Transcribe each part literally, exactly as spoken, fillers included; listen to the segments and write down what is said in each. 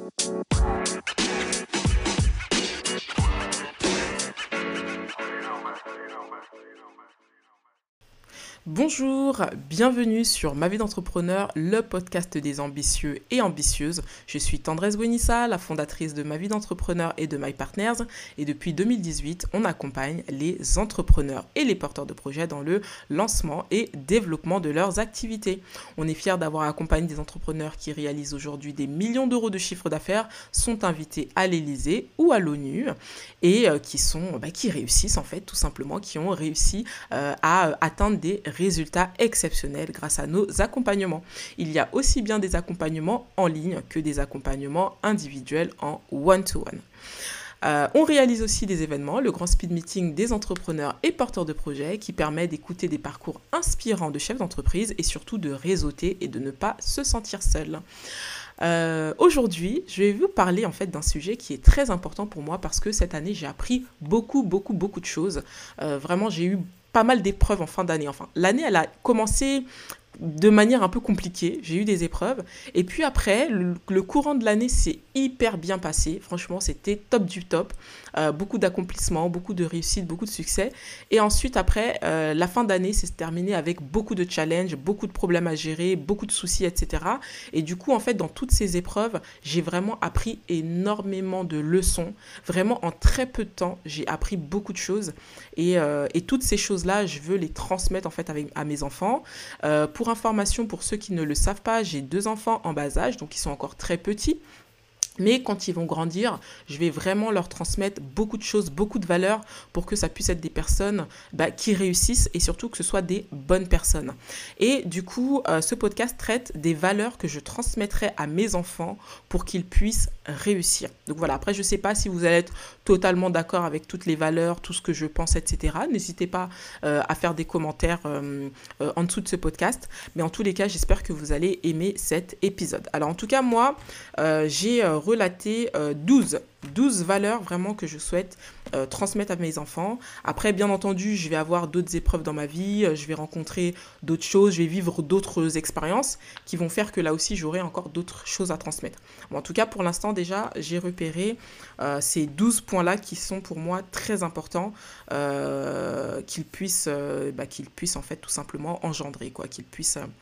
Bonjour, bienvenue sur Ma vie d'entrepreneur, le podcast des ambitieux et ambitieuses. Je suis Tendresse Buenissa, la fondatrice de Ma vie d'entrepreneur et de My Partners. Et depuis deux mille dix-huit, on accompagne les entrepreneurs et les porteurs de projets dans le lancement et développement de leurs activités. On est fiers d'avoir accompagné des entrepreneurs qui réalisent aujourd'hui des millions d'euros de chiffre d'affaires, sont invités à l'Élysée ou à l'ONU et euh, qui, sont, bah, qui réussissent en fait tout simplement, qui ont réussi euh, à euh, atteindre des résultats exceptionnels grâce à nos accompagnements. Il y a aussi bien des accompagnements en ligne que des accompagnements individuels en one-to-one. Euh, on réalise aussi des événements, le grand speed meeting des entrepreneurs et porteurs de projets qui permet d'écouter des parcours inspirants de chefs d'entreprise et surtout de réseauter et de ne pas se sentir seul. Euh, aujourd'hui, je vais vous parler en fait d'un sujet qui est très important pour moi parce que cette année, j'ai appris beaucoup, beaucoup, beaucoup de choses. Euh, vraiment, j'ai eu pas mal d'épreuves en fin d'année. Enfin, l'année, elle a commencé de manière un peu compliquée. J'ai eu des épreuves. Et puis après, le, le courant de l'année s'est hyper bien passé. Franchement, c'était top du top. Euh, beaucoup d'accomplissements, beaucoup de réussites, beaucoup de succès. Et ensuite, après, euh, la fin d'année s'est terminée avec beaucoup de challenges, beaucoup de problèmes à gérer, beaucoup de soucis, et cetera. Et du coup, en fait, dans toutes ces épreuves, j'ai vraiment appris énormément de leçons. Vraiment, en très peu de temps, j'ai appris beaucoup de choses. Et, euh, et toutes ces choses-là, je veux les transmettre en fait avec, à mes enfants. Euh, pour information, pour ceux qui ne le savent pas, j'ai deux enfants en bas âge, donc ils sont encore très petits. Mais quand ils vont grandir, je vais vraiment leur transmettre beaucoup de choses, beaucoup de valeurs pour que ça puisse être des personnes bah, qui réussissent et surtout que ce soit des bonnes personnes. Et du coup, euh, ce podcast traite des valeurs que je transmettrai à mes enfants pour qu'ils puissent réussir. Donc voilà, après je ne sais pas si vous allez être totalement d'accord avec toutes les valeurs, tout ce que je pense, et cetera. N'hésitez pas euh, à faire des commentaires euh, euh, en dessous de ce podcast. Mais en tous les cas, j'espère que vous allez aimer cet épisode. Alors en tout cas, moi, euh, j'ai... Euh, relater euh, douze, douze valeurs vraiment que je souhaite euh, transmettre à mes enfants. Après, bien entendu, je vais avoir d'autres épreuves dans ma vie, euh, je vais rencontrer d'autres choses, je vais vivre d'autres expériences qui vont faire que là aussi, j'aurai encore d'autres choses à transmettre. Bon, en tout cas, pour l'instant, déjà, j'ai repéré euh, ces douze points-là qui sont pour moi très importants, euh, qu'ils puissent, euh, bah, qu'ils puissent en fait tout simplement engendrer, quoi, qu'ils puissent... Euh,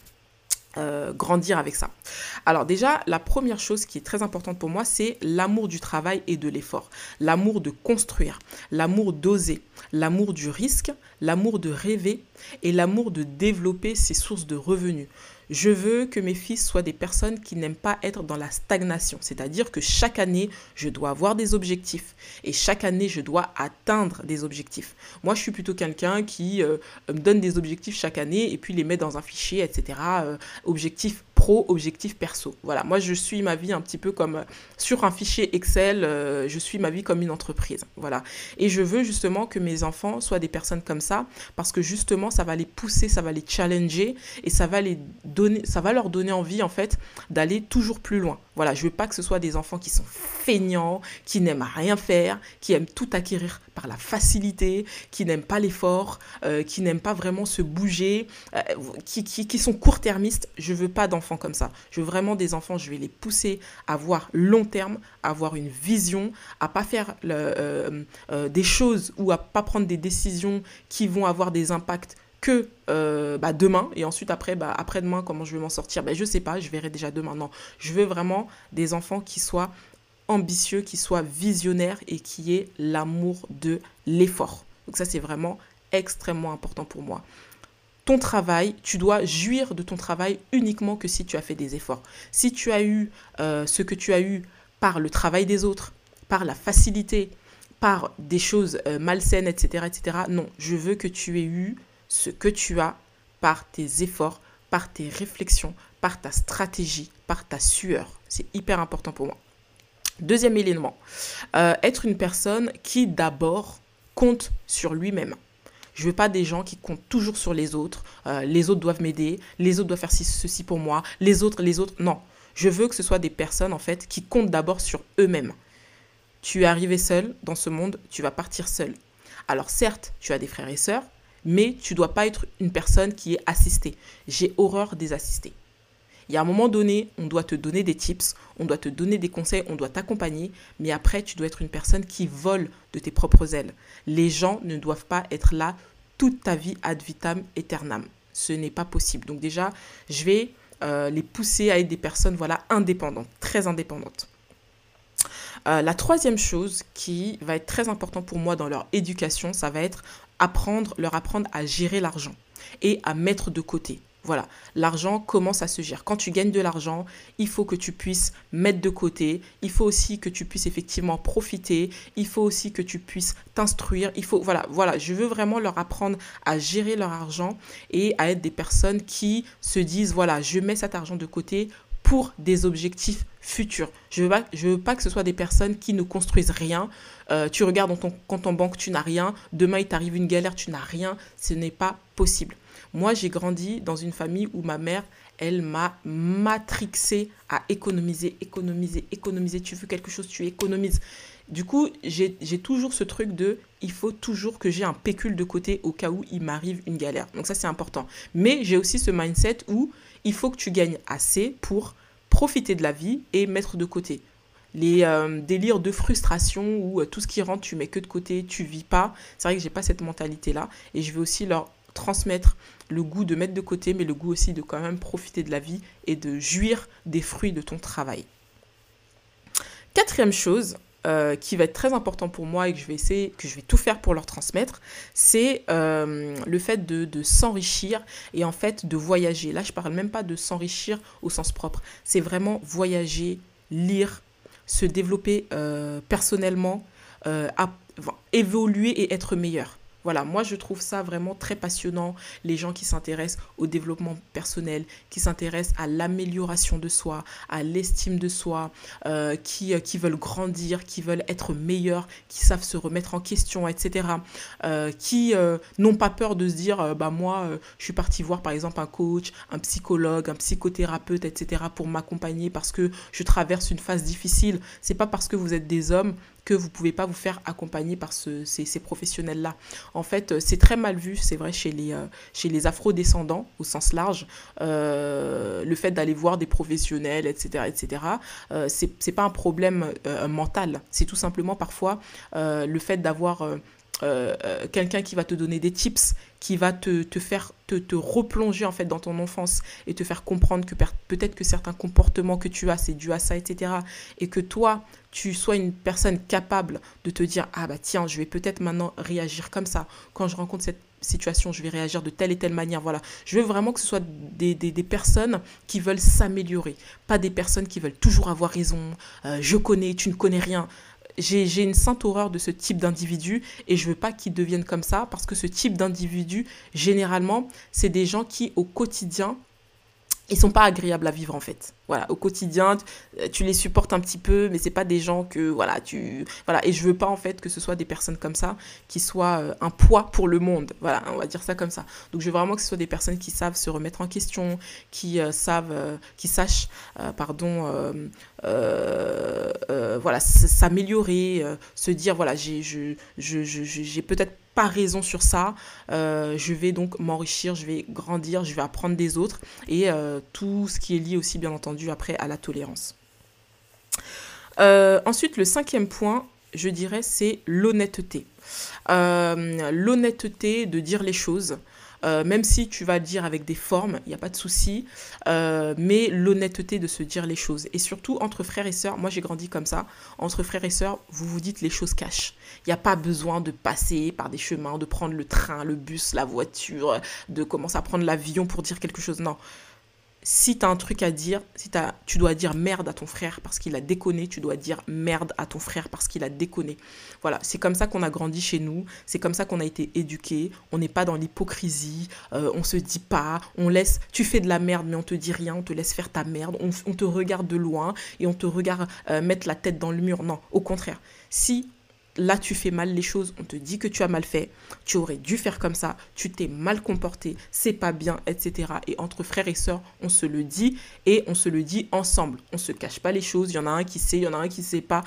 Euh, grandir avec ça. Alors déjà, la première chose qui est très importante pour moi, c'est l'amour du travail et de l'effort. L'amour de construire, l'amour d'oser, l'amour du risque, l'amour de rêver et l'amour de développer ses sources de revenus. Je veux que mes fils soient des personnes qui n'aiment pas être dans la stagnation. C'est-à-dire que chaque année, je dois avoir des objectifs. Et chaque année, je dois atteindre des objectifs. Moi, je suis plutôt quelqu'un qui euh, me donne des objectifs chaque année et puis les met dans un fichier, et cetera. Euh, objectifs pro, objectifs perso. Voilà, moi, je suis ma vie un petit peu comme euh, sur un fichier Excel. Euh, je suis ma vie comme une entreprise. Voilà. Et je veux justement que mes enfants soient des personnes comme ça parce que justement, ça va les pousser, ça va les challenger et ça va les donner, ça va leur donner envie en fait d'aller toujours plus loin. Voilà, je veux pas que ce soit des enfants qui sont feignants, qui n'aiment rien faire, qui aiment tout acquérir par la facilité, qui n'aiment pas l'effort, euh, qui n'aiment pas vraiment se bouger, euh, qui, qui, qui sont court-termistes. Je veux pas d'enfants comme ça. Je veux vraiment des enfants, je vais les pousser à voir long terme, à avoir une vision, à pas faire le, euh, euh, des choses ou à pas prendre des décisions qui vont avoir des impacts que euh, bah, demain, et ensuite après, bah, après-demain, comment je vais m'en sortir, bah, je sais pas, je verrai déjà demain. Non, je veux vraiment des enfants qui soient ambitieux, qui soient visionnaires et qui aient l'amour de l'effort. Donc ça, c'est vraiment extrêmement important pour moi. Ton travail, tu dois jouir de ton travail uniquement que si tu as fait des efforts. Si tu as eu euh, ce que tu as eu par le travail des autres, par la facilité, par des choses euh, malsaines, et cetera, et cetera, non, je veux que tu aies eu ce que tu as par tes efforts, par tes réflexions, par ta stratégie, par ta sueur. C'est hyper important pour moi. Deuxième élément, euh, être une personne qui d'abord compte sur lui-même. Je veux pas des gens qui comptent toujours sur les autres. Euh, les autres doivent m'aider, les autres doivent faire ceci pour moi, les autres, les autres. Non, je veux que ce soit des personnes en fait qui comptent d'abord sur eux-mêmes. Tu es arrivé seul dans ce monde, tu vas partir seul. Alors certes, tu as des frères et sœurs, mais tu ne dois pas être une personne qui est assistée. J'ai horreur des assistés. Il y a un moment donné, on doit te donner des tips, on doit te donner des conseils, on doit t'accompagner, mais après, tu dois être une personne qui vole de tes propres ailes. Les gens ne doivent pas être là toute ta vie ad vitam aeternam. Ce n'est pas possible. Donc déjà, je vais euh, les pousser à être des personnes voilà, indépendantes, très indépendantes. Euh, la troisième chose qui va être très importante pour moi dans leur éducation, ça va être apprendre, leur apprendre à gérer l'argent et à mettre de côté. Voilà, l'argent, comment ça se gère? Quand tu gagnes de l'argent, il faut que tu puisses mettre de côté, il faut aussi que tu puisses effectivement profiter, il faut aussi que tu puisses t'instruire, il faut, voilà, voilà, je veux vraiment leur apprendre à gérer leur argent et à être des personnes qui se disent, voilà, je mets cet argent de côté pour des objectifs futurs. Je veux pas, je veux pas que ce soit des personnes qui ne construisent rien. Euh, tu regardes dans ton compte en banque, tu n'as rien. Demain, il t'arrive une galère, tu n'as rien. Ce n'est pas possible. Moi, j'ai grandi dans une famille où ma mère, elle m'a matrixée à économiser, économiser, économiser. Tu veux quelque chose, tu économises. Du coup, j'ai, j'ai toujours ce truc de, il faut toujours que j'ai un pécule de côté au cas où il m'arrive une galère. Donc ça, c'est important. Mais j'ai aussi ce mindset où il faut que tu gagnes assez pour profiter de la vie et mettre de côté. Les euh, délires de frustration où euh, tout ce qui rentre, tu mets que de côté, tu vis pas. C'est vrai que j'ai pas cette mentalité-là. Et je vais aussi leur transmettre le goût de mettre de côté, mais le goût aussi de quand même profiter de la vie et de jouir des fruits de ton travail. Quatrième chose, Euh, qui va être très important pour moi et que je vais essayer, que je vais tout faire pour leur transmettre, c'est euh, le fait de, de s'enrichir et en fait de voyager. Là, je parle même pas de s'enrichir au sens propre. C'est vraiment voyager, lire, se développer euh, personnellement, euh, à, enfin, évoluer et être meilleur. Voilà, moi je trouve ça vraiment très passionnant, les gens qui s'intéressent au développement personnel, qui s'intéressent à l'amélioration de soi, à l'estime de soi, euh, qui, euh, qui veulent grandir, qui veulent être meilleurs, qui savent se remettre en question, et cetera. Euh, qui euh, n'ont pas peur de se dire, euh, bah moi euh, je suis partie voir par exemple un coach, un psychologue, un psychothérapeute, et cetera pour m'accompagner parce que je traverse une phase difficile. C'est pas parce que vous êtes des hommes que vous ne pouvez pas vous faire accompagner par ce, ces, ces professionnels-là. En fait, c'est très mal vu, c'est vrai, chez les, euh, chez les afro-descendants, au sens large, euh, le fait d'aller voir des professionnels, et cetera, et cetera, euh, c'est, c'est pas un problème euh, mental, c'est tout simplement parfois euh, le fait d'avoir euh, euh, quelqu'un qui va te donner des tips, qui va te, te faire te, te replonger en fait dans ton enfance et te faire comprendre que per- peut-être que certains comportements que tu as, c'est dû à ça, et cetera. Et que toi, tu sois une personne capable de te dire « Ah bah tiens, je vais peut-être maintenant réagir comme ça. Quand je rencontre cette situation, je vais réagir de telle et telle manière. » Voilà. Je veux vraiment que ce soit des, des, des personnes qui veulent s'améliorer, pas des personnes qui veulent toujours avoir raison. Euh, je connais, tu ne connais rien. J'ai, j'ai une sainte horreur de ce type d'individu et je veux pas qu'ils deviennent comme ça parce que ce type d'individu, généralement, c'est des gens qui, au quotidien, ils sont pas agréables à vivre en fait. Voilà, au quotidien, tu, tu les supportes un petit peu, mais c'est pas des gens que voilà, tu voilà, et je veux pas en fait que ce soit des personnes comme ça qui soient euh, un poids pour le monde. Voilà, on va dire ça comme ça. Donc je veux vraiment que ce soit des personnes qui savent se remettre en question, qui euh, savent euh, qui sachent euh, pardon euh, euh, euh, voilà, s'améliorer, euh, se dire voilà, j'ai je je je j'ai peut-être pas raison sur ça, euh, je vais donc m'enrichir, je vais grandir, je vais apprendre des autres et euh, tout ce qui est lié aussi bien entendu après à la tolérance. Euh, ensuite, le cinquième point, je dirais, c'est l'honnêteté. Euh, l'honnêteté de dire les choses. Euh, même si tu vas le dire avec des formes, il n'y a pas de souci, euh, mais l'honnêteté de se dire les choses. Et surtout, entre frères et sœurs, moi j'ai grandi comme ça, entre frères et sœurs, vous vous dites les choses cash. Il n'y a pas besoin de passer par des chemins, de prendre le train, le bus, la voiture, de commencer à prendre l'avion pour dire quelque chose. Non. Si tu as un truc à dire, si t'as, tu dois dire merde à ton frère parce qu'il a déconné, tu dois dire merde à ton frère parce qu'il a déconné. Voilà, c'est comme ça qu'on a grandi chez nous, c'est comme ça qu'on a été éduqués, on n'est pas dans l'hypocrisie, euh, on se dit pas, on laisse, tu fais de la merde mais on te dit rien, on te laisse faire ta merde, on, on te regarde de loin et on te regarde euh, mettre la tête dans le mur. Non, au contraire, si là tu fais mal les choses, on te dit que tu as mal fait, tu aurais dû faire comme ça, tu t'es mal comporté, c'est pas bien, et cetera. Et entre frères et sœurs, on se le dit et on se le dit ensemble. On se cache pas les choses, il y en a un qui sait, il y en a un qui sait pas.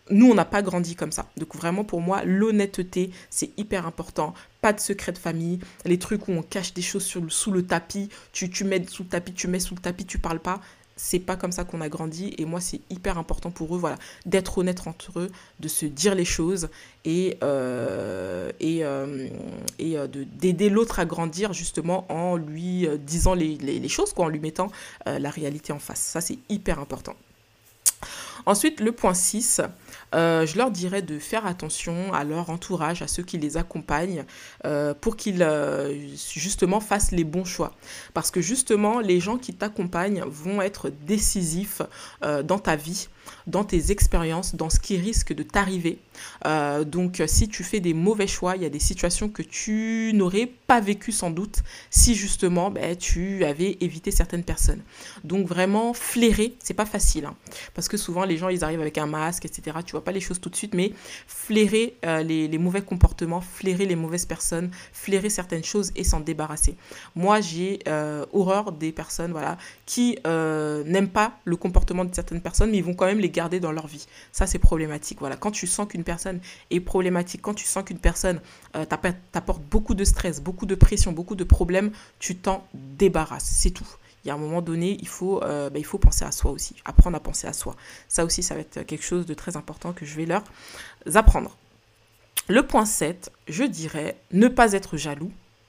nous, on n'a pas grandi comme ça. Donc vraiment, pour moi, l'honnêteté, c'est hyper important. Pas de secret de famille. Les trucs où on cache des choses sur le, sous le tapis, tu, tu mets sous le tapis, tu mets sous le tapis, tu parles pas. C'est pas comme ça qu'on a grandi. Et moi, c'est hyper important pour eux, voilà, d'être honnête entre eux, de se dire les choses et, euh, et, euh, et euh, de, d'aider l'autre à grandir justement en lui euh, disant les, les, les choses, quoi, en lui mettant euh, la réalité en face. Ça, c'est hyper important. Ensuite, le point six, euh, je leur dirais de faire attention à leur entourage, à ceux qui les accompagnent, euh, pour qu'ils euh, justement fassent les bons choix. Parce que justement, les gens qui t'accompagnent vont être décisifs euh, dans ta vie, dans tes expériences, dans ce qui risque de t'arriver. Euh, donc, si tu fais des mauvais choix, il y a des situations que tu n'aurais pas vécues sans doute si justement ben, tu avais évité certaines personnes. Donc, vraiment, flairer, c'est pas facile. Hein, parce que souvent, les gens, ils arrivent avec un masque, et cetera. Tu vois pas les choses tout de suite, mais flairer euh, les, les mauvais comportements, flairer les mauvaises personnes, flairer certaines choses et s'en débarrasser. Moi, j'ai euh, horreur des personnes voilà, qui euh, n'aiment pas le comportement de certaines personnes, mais ils vont quand même les garder dans leur vie. Ça, c'est problématique. Voilà. Quand tu sens qu'une personne est problématique, quand tu sens qu'une personne euh, t'apporte beaucoup de stress, beaucoup de pression, beaucoup de problèmes, tu t'en débarrasses. C'est tout. Il y a un moment donné, il faut, euh, bah, il faut penser à soi aussi, apprendre à penser à soi. Ça aussi, ça va être quelque chose de très important que je vais leur apprendre. Le point sept, je dirais ne pas être jaloux,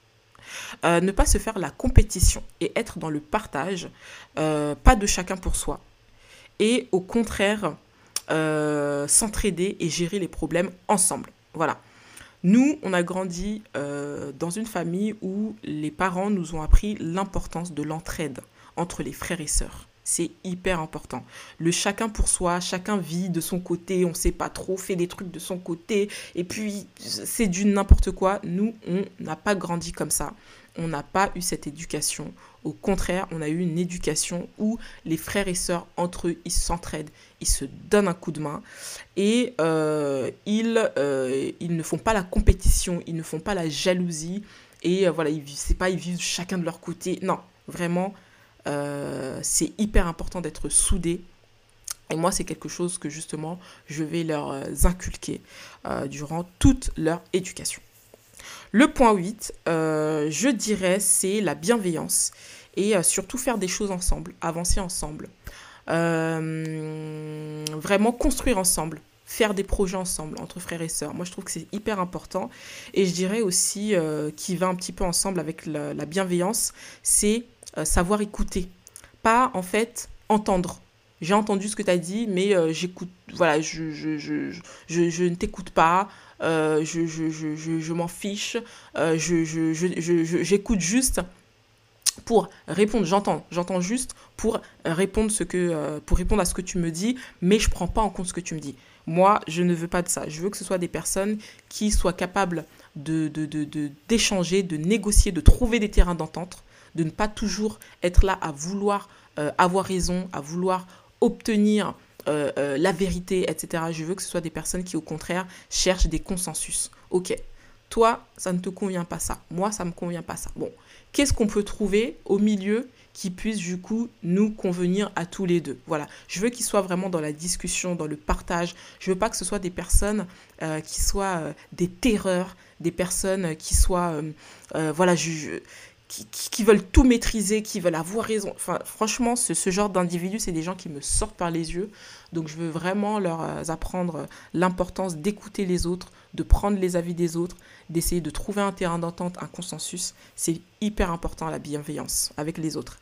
euh, ne pas se faire la compétition et être dans le partage, euh, pas de chacun pour soi. Et au contraire, euh, s'entraider et gérer les problèmes ensemble. Voilà. Nous, on a grandi euh, dans une famille où les parents nous ont appris l'importance de l'entraide entre les frères et sœurs. C'est hyper important. Le chacun pour soi, chacun vit de son côté, on ne sait pas trop, fait des trucs de son côté, et puis c'est du n'importe quoi. Nous, on n'a pas grandi comme ça. On n'a pas eu cette éducation. Au contraire, on a eu une éducation où les frères et sœurs, entre eux, ils s'entraident, ils se donnent un coup de main et euh, ils, euh, ils ne font pas la compétition, ils ne font pas la jalousie et euh, voilà, ils, c'est pas ils vivent chacun de leur côté. Non, vraiment, euh, c'est hyper important d'être soudés. Et moi, c'est quelque chose que justement, je vais leur inculquer euh, durant toute leur éducation. Le point huit, euh, je dirais, c'est la bienveillance et euh, surtout faire des choses ensemble, avancer ensemble, euh, vraiment construire ensemble, faire des projets ensemble entre frères et sœurs. Moi, je trouve que c'est hyper important et je dirais aussi euh, qui va un petit peu ensemble avec la, la bienveillance, c'est euh, savoir écouter, pas en fait entendre. J'ai entendu ce que tu as dit, mais euh, j'écoute, voilà, je, je, je, je, je ne t'écoute pas, euh, je, je, je, je, je m'en fiche, euh, je, je, je, je, je, j'écoute juste pour répondre, j'entends, j'entends juste pour répondre, ce que, euh, pour répondre à ce que tu me dis, mais je ne prends pas en compte ce que tu me dis. Moi, je ne veux pas de ça. Je veux que ce soit des personnes qui soient capables de, de, de, de, d'échanger, de négocier, de trouver des terrains d'entente, de ne pas toujours être là à vouloir euh, avoir raison, à vouloir obtenir euh, euh, la vérité, et cetera. Je veux que ce soit des personnes qui, au contraire, cherchent des consensus. Ok, toi, ça ne te convient pas ça. Moi, ça ne me convient pas ça. Bon, qu'est-ce qu'on peut trouver au milieu qui puisse, du coup, nous convenir à tous les deux? Voilà, je veux qu'ils soient vraiment dans la discussion, dans le partage. Je veux pas que ce soit des personnes euh, qui soient euh, des terreurs, des personnes qui soient, euh, euh, voilà, je... je Qui, qui, qui veulent tout maîtriser, qui veulent avoir raison. Enfin, franchement, ce, ce genre d'individus, c'est des gens qui me sortent par les yeux. Donc, je veux vraiment leur euh, apprendre l'importance d'écouter les autres, de prendre les avis des autres, d'essayer de trouver un terrain d'entente, un consensus. C'est hyper important, la bienveillance avec les autres.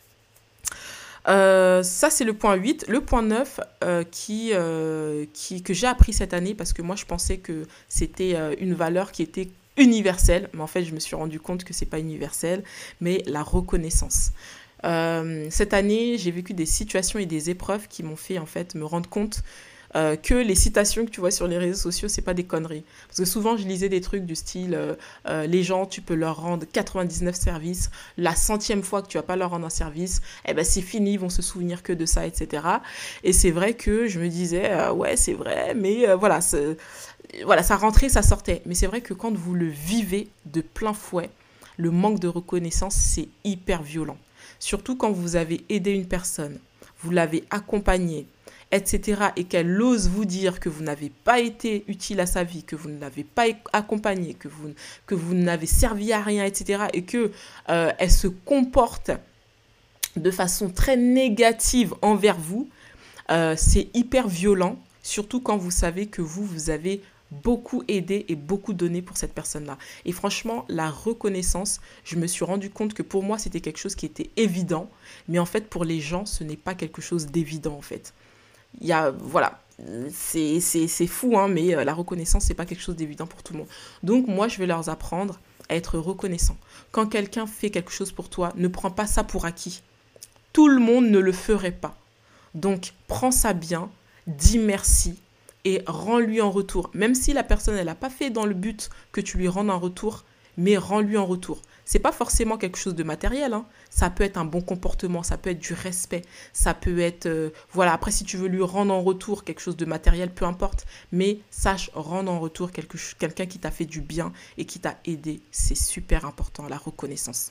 Euh, ça, c'est le point huit. Le point neuf, euh, qui, euh, qui, que j'ai appris cette année, parce que moi, je pensais que c'était euh, une valeur qui était universelle, mais en fait, je me suis rendu compte que c'est pas universel, mais la reconnaissance. Euh, cette année, j'ai vécu des situations et des épreuves qui m'ont fait en fait me rendre compte euh, que les citations que tu vois sur les réseaux sociaux, c'est pas des conneries. Parce que souvent, je lisais des trucs du style euh, euh, les gens, tu peux leur rendre quatre-vingt-dix-neuf services, la centième fois que tu vas pas leur rendre un service, eh ben c'est fini, ils vont se souvenir que de ça, et cetera. Et c'est vrai que je me disais euh, ouais, c'est vrai, mais euh, voilà, c'est Voilà, ça rentrait, ça sortait. Mais c'est vrai que quand vous le vivez de plein fouet, le manque de reconnaissance, c'est hyper violent. Surtout quand vous avez aidé une personne, vous l'avez accompagnée, et cetera, et qu'elle ose vous dire que vous n'avez pas été utile à sa vie, que vous ne l'avez pas accompagné, que vous, que vous n'avez servi à rien, et cetera, et qu'elle euh, se comporte de façon très négative envers vous, euh, c'est hyper violent, surtout quand vous savez que vous, vous avez beaucoup aidé et beaucoup donné pour cette personne-là. Et franchement, la reconnaissance, je me suis rendu compte que pour moi, c'était quelque chose qui était évident, mais en fait, pour les gens, ce n'est pas quelque chose d'évident, en fait. Il y a, voilà, c'est, c'est, c'est fou, hein, mais la reconnaissance, c'est pas quelque chose d'évident pour tout le monde. Donc, moi, je vais leur apprendre à être reconnaissant. Quand quelqu'un fait quelque chose pour toi, ne prends pas ça pour acquis. Tout le monde ne le ferait pas. Donc, prends ça bien, dis merci et rends-lui en retour. Même si la personne, elle n'a pas fait dans le but que tu lui rendes en retour, mais rends-lui en retour. C'est pas forcément quelque chose de matériel, hein. Ça peut être un bon comportement, ça peut être du respect, ça peut être... Euh, voilà, après, si tu veux lui rendre en retour quelque chose de matériel, peu importe, mais sache rendre en retour quelque, quelqu'un qui t'a fait du bien et qui t'a aidé. C'est super important, la reconnaissance.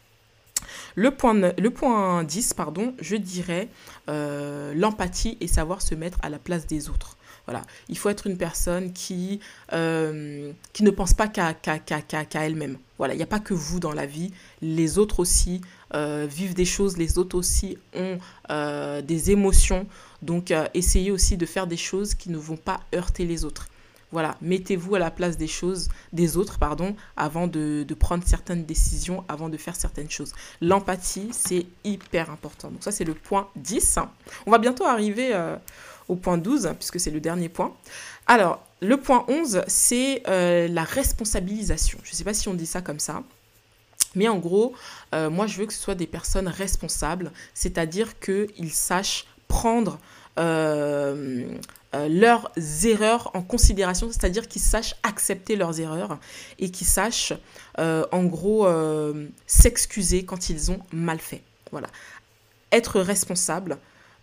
Le point, le point dix, pardon, je dirais euh, l'empathie et savoir se mettre à la place des autres. Voilà. Il faut être une personne qui, euh, qui ne pense pas qu'à, qu'à, qu'à, qu'à, qu'à elle-même. Voilà. Il n'y a pas que vous dans la vie. Les autres aussi euh, vivent des choses. Les autres aussi ont euh, des émotions. Donc, euh, essayez aussi de faire des choses qui ne vont pas heurter les autres. Voilà, mettez-vous à la place des choses, des autres, pardon, avant de, de prendre certaines décisions, avant de faire certaines choses. L'empathie, c'est hyper important. Donc ça, c'est le point dix. On va bientôt arriver euh, au point douze, puisque c'est le dernier point. Alors, le point onze, c'est euh, la responsabilisation. Je ne sais pas si on dit ça comme ça. Mais en gros, euh, moi, je veux que ce soit des personnes responsables, c'est-à-dire qu'ils sachent prendre... Euh, Euh, leurs erreurs en considération, c'est-à-dire qu'ils sachent accepter leurs erreurs et qu'ils sachent, euh, en gros, euh, s'excuser quand ils ont mal fait. Voilà. Être responsable.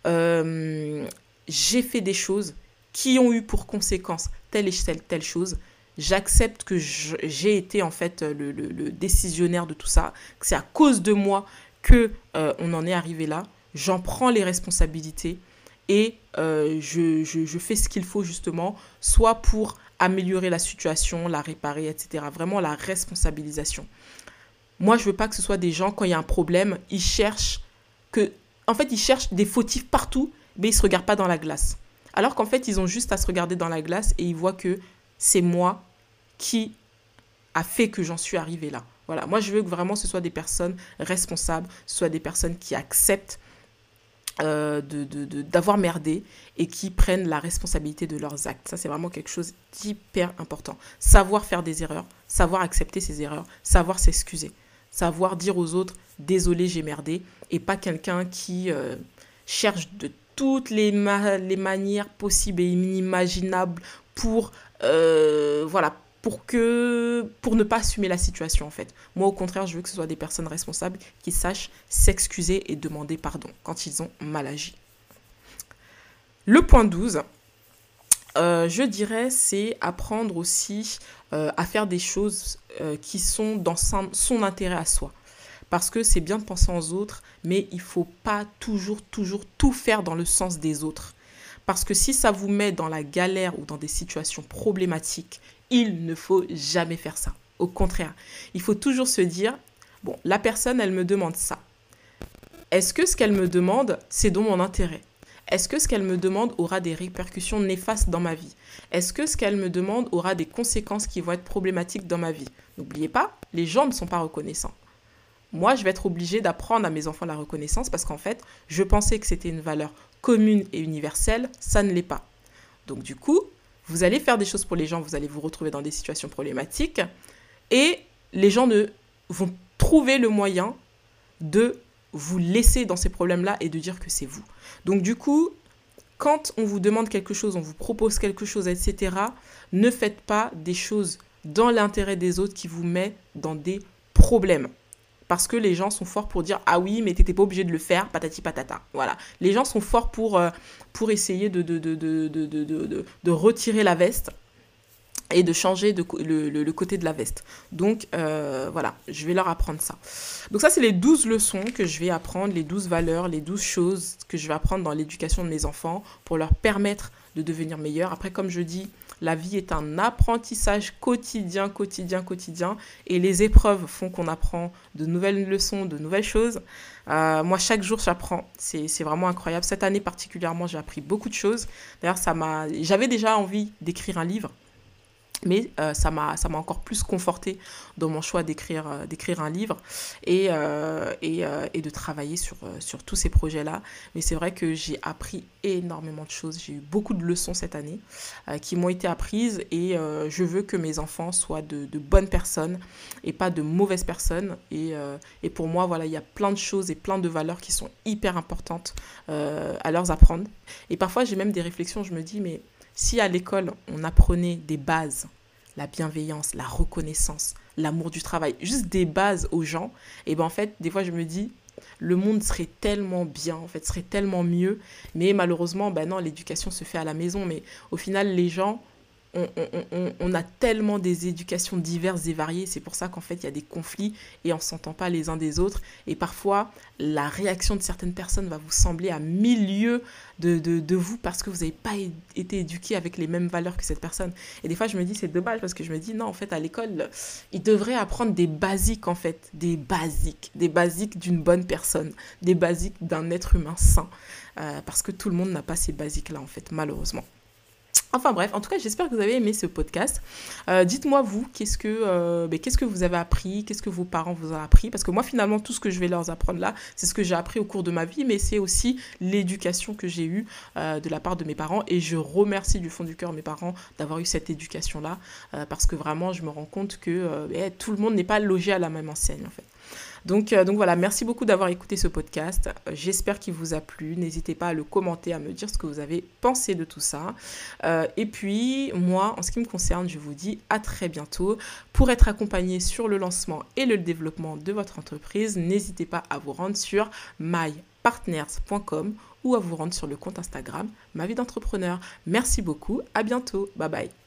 Euh, j'ai fait des choses qui ont eu pour conséquence telle et telle, telle chose. J'accepte que je, j'ai été, en fait, le, le, le décisionnaire de tout ça, que c'est à cause de moi qu'on euh, en est arrivé là. J'en prends les responsabilités. Et euh, je, je, je fais ce qu'il faut justement, soit pour améliorer la situation, la réparer, et cetera. Vraiment la responsabilisation. Moi, je ne veux pas que ce soit des gens, quand il y a un problème, ils cherchent que... En fait, ils cherchent des fautifs partout, mais ils ne se regardent pas dans la glace. Alors qu'en fait, ils ont juste à se regarder dans la glace et ils voient que c'est moi qui a fait que j'en suis arrivée là. Voilà. Moi, je veux que vraiment ce soit des personnes responsables, ce soit des personnes qui acceptent Euh, de, de, de, d'avoir merdé et qui prennent la responsabilité de leurs actes. Ça, c'est vraiment quelque chose d'hyper important. Savoir faire des erreurs, savoir accepter ses erreurs, savoir s'excuser, savoir dire aux autres « désolé, j'ai merdé » et pas quelqu'un qui euh, cherche de toutes les, ma- les manières possibles et inimaginables pour, euh, voilà, pour, que, pour ne pas assumer la situation, en fait. Moi, au contraire, je veux que ce soit des personnes responsables qui sachent s'excuser et demander pardon quand ils ont mal agi. Le point douze, euh, je dirais, c'est apprendre aussi euh, à faire des choses euh, qui sont dans son, son intérêt à soi. Parce que c'est bien de penser aux autres, mais il ne faut pas toujours, toujours tout faire dans le sens des autres. Parce que si ça vous met dans la galère ou dans des situations problématiques, il ne faut jamais faire ça. Au contraire, il faut toujours se dire, bon, la personne, elle me demande ça. Est-ce que ce qu'elle me demande, c'est dans mon intérêt ? Est-ce que ce qu'elle me demande aura des répercussions néfastes dans ma vie ? Est-ce que ce qu'elle me demande aura des conséquences qui vont être problématiques dans ma vie ? N'oubliez pas, les gens ne sont pas reconnaissants. Moi, je vais être obligée d'apprendre à mes enfants la reconnaissance parce qu'en fait, je pensais que c'était une valeur commune et universelle, ça ne l'est pas. Donc du coup, vous allez faire des choses pour les gens, vous allez vous retrouver dans des situations problématiques et les gens ne, vont trouver le moyen de vous laisser dans ces problèmes-là et de dire que c'est vous. Donc du coup, quand on vous demande quelque chose, on vous propose quelque chose, et cetera, ne faites pas des choses dans l'intérêt des autres qui vous met dans des problèmes. Parce que les gens sont forts pour dire « Ah oui, mais t'étais pas obligé de le faire, patati patata ». Voilà. Les gens sont forts pour, euh, pour essayer de, de, de, de, de, de, de, de retirer la veste. et de changer de, le, le, le côté de la veste. Donc euh, voilà, je vais leur apprendre ça. Donc ça, c'est les douze leçons que je vais apprendre, les douze valeurs, les douze choses que je vais apprendre dans l'éducation de mes enfants pour leur permettre de devenir meilleurs. Après, comme je dis, la vie est un apprentissage quotidien, quotidien, quotidien. Et les épreuves font qu'on apprend de nouvelles leçons, de nouvelles choses. Euh, moi, chaque jour, j'apprends. C'est, c'est vraiment incroyable. Cette année particulièrement, j'ai appris beaucoup de choses. D'ailleurs, ça m'a... j'avais déjà envie d'écrire un livre. Mais euh, ça m'a ça m'a encore plus conforté dans mon choix d'écrire euh, d'écrire un livre et euh, et, euh, et de travailler sur euh, sur tous ces projets-là. Mais c'est vrai que j'ai appris énormément de choses. J'ai eu beaucoup de leçons cette année euh, qui m'ont été apprises et euh, je veux que mes enfants soient de, de bonnes personnes et pas de mauvaises personnes. Et euh, et pour moi, voilà, il y a plein de choses et plein de valeurs qui sont hyper importantes euh, à leur apprendre. Et parfois, j'ai même des réflexions. Je me dis, mais si à l'école, on apprenait des bases, la bienveillance, la reconnaissance, l'amour du travail, juste des bases aux gens, et ben en fait, des fois, je me dis, le monde serait tellement bien, en fait, serait tellement mieux. Mais malheureusement, ben non, l'éducation se fait à la maison. Mais au final, les gens, on, on, on, on a tellement des éducations diverses et variées. C'est pour ça qu'en fait, il y a des conflits et on ne s'entend pas les uns des autres. Et parfois, la réaction de certaines personnes va vous sembler à mille lieues de, de, de vous parce que vous n'avez pas é- été éduqué avec les mêmes valeurs que cette personne. Et des fois, je me dis, c'est dommage parce que je me dis, non, en fait, à l'école, ils devraient apprendre des basiques, en fait. Des basiques. Des basiques d'une bonne personne. Des basiques d'un être humain sain. Euh, parce que tout le monde n'a pas ces basiques-là, en fait, malheureusement. Enfin bref, en tout cas, j'espère que vous avez aimé ce podcast. Euh, dites-moi, vous, qu'est-ce que, euh, ben, qu'est-ce que vous avez appris, qu'est-ce que vos parents vous ont appris. Parce que moi, finalement, tout ce que je vais leur apprendre là, c'est ce que j'ai appris au cours de ma vie, mais c'est aussi l'éducation que j'ai eue euh, de la part de mes parents. Et je remercie du fond du cœur mes parents d'avoir eu cette éducation-là, euh, parce que vraiment, je me rends compte que euh, ben, tout le monde n'est pas logé à la même enseigne, en fait. Donc, euh, donc voilà, merci beaucoup d'avoir écouté ce podcast. Euh, j'espère qu'il vous a plu. N'hésitez pas à le commenter, à me dire ce que vous avez pensé de tout ça. Euh, et puis, moi, en ce qui me concerne, je vous dis à très bientôt. Pour être accompagné sur le lancement et le développement de votre entreprise, n'hésitez pas à vous rendre sur my partners point com ou à vous rendre sur le compte Instagram Ma Vie d'Entrepreneur. Merci beaucoup, à bientôt, bye bye.